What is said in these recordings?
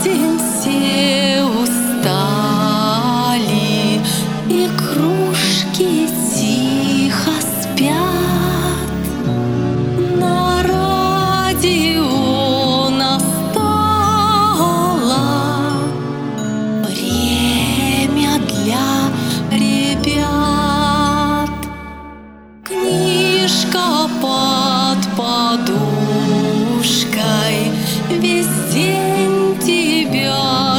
день все устали, и кружки тихо спят. На радио настало время для ребят. Книжка под подушкой весь день тебя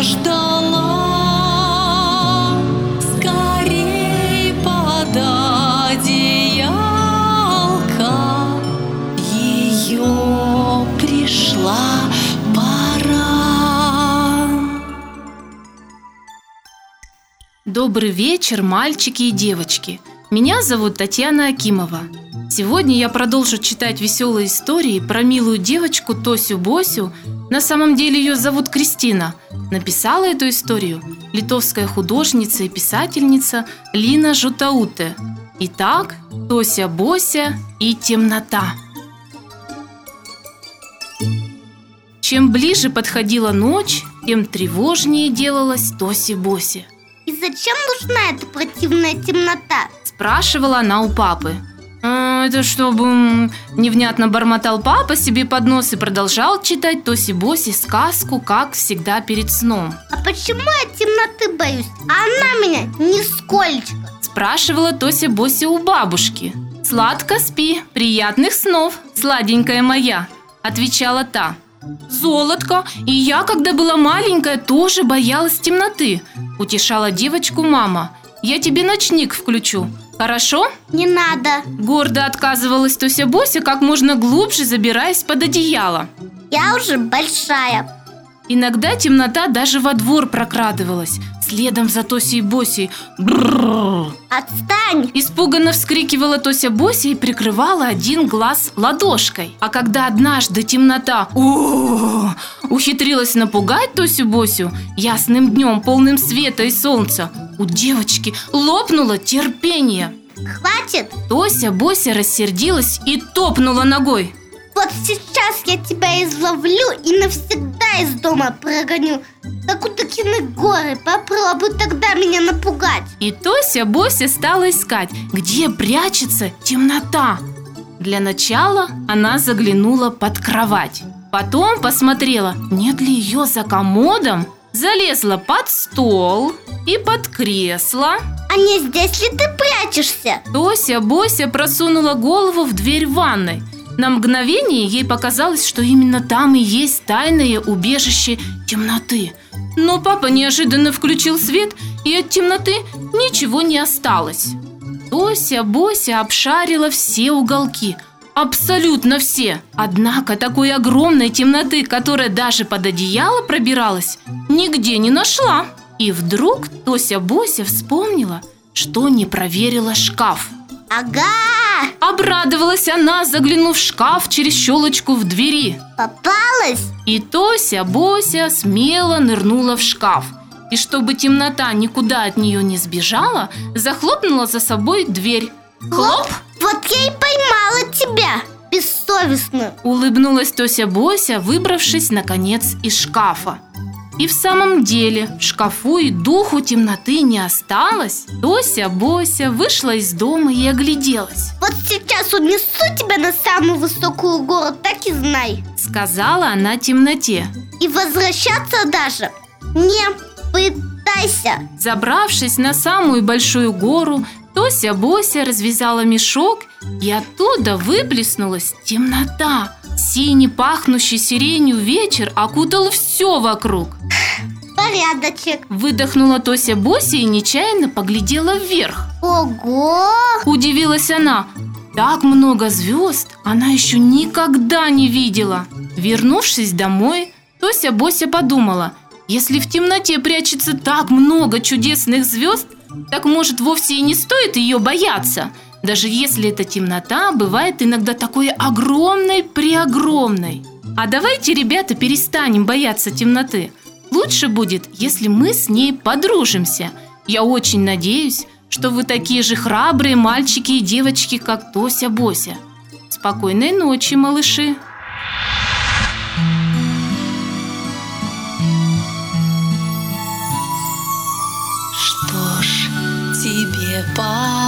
ждала. Скорей под одеялко, ее пришла пора. Добрый вечер, мальчики и девочки. Меня зовут Татьяна Акимова. Сегодня я продолжу читать веселые истории про милую девочку Тосю-Босю. На самом деле ее зовут Кристина. Написала эту историю литовская художница и писательница Лина Жутауте. Итак, Тося-Бося и темнота. Чем ближе подходила ночь, тем тревожнее делалась Тосе-Босе. И зачем нужна эта противная темнота? Спрашивала она у папы. Это чтобы... Невнятно бормотал папа себе под нос и продолжал читать Тосе-Босе сказку, как всегда перед сном. А почему я темноты боюсь, а она меня нисколько? Спрашивала Тося-Бося у бабушки. «Сладко спи, приятных снов, сладенькая моя», отвечала та. «Золотко, и я, когда была маленькая, тоже боялась темноты», утешала девочку мама. «Я тебе ночник включу, хорошо?» Не надо. Гордо отказывалась Тося-Бося, как можно глубже забираясь под одеяло. Я уже большая. Иногда темнота даже во двор прокрадывалась, следом за Тосей-Босей. Брррр! Отстань! Испуганно вскрикивала Тося-Бося и прикрывала один глаз ладошкой. А когда однажды темнота ухитрилась напугать Тосю-Босю ясным днем, полным света и солнца, у девочки лопнуло терпение. Хватит! Тося-Бося рассердилась и топнула ногой. Вот сейчас я тебя изловлю и навсегда из дома прогоню. Как у Токиной горы. Попробуй тогда меня напугать. И Тося-Бося стала искать, где прячется темнота. Для начала она заглянула под кровать. Потом посмотрела, нет ли ее за комодом. Залезла под стол и под кресло. А не здесь ли ты прячешься? Тося-Бося просунула голову в дверь ванной. На мгновение ей показалось, что именно там и есть тайное убежище темноты. Но папа неожиданно включил свет, и от темноты ничего не осталось. Тося-Бося обшарила все уголки, абсолютно все. Однако такой огромной темноты, которая даже под одеяло пробиралась, нигде не нашла. И вдруг Тося-Бося вспомнила, что не проверила шкаф. Ага! Обрадовалась она, заглянув в шкаф через щелочку в двери. Попалась? И Тося-Бося смело нырнула в шкаф. И чтобы темнота никуда от нее не сбежала, захлопнула за собой дверь. Хлоп! Вот я и поймала тебя, бессовестную. Улыбнулась Тося-Бося, выбравшись, наконец, из шкафа. И в самом деле в шкафу и духу темноты не осталось. Тося-Бося вышла из дома и огляделась. Вот сейчас унесу тебя на самую высокую гору, так и знай. Сказала она темноте. И возвращаться даже не пытайся. Забравшись на самую большую гору, Тося-Бося развязала мешок, и оттуда выплеснулась темнота. Синий, пахнущий сиренью вечер окутал все вокруг. Порядочек. Выдохнула Тося-Бося и нечаянно поглядела вверх. Ого! Удивилась она. Так много звезд она еще никогда не видела. Вернувшись домой, Тося-Бося подумала, если в темноте прячется так много чудесных звезд, так может вовсе и не стоит ее бояться. Даже если эта темнота бывает иногда такой огромной-преогромной. А давайте, ребята, перестанем бояться темноты. Лучше будет, если мы с ней подружимся. Я очень надеюсь, что вы такие же храбрые мальчики и девочки, как Тося-Бося. Спокойной ночи, малыши! папа.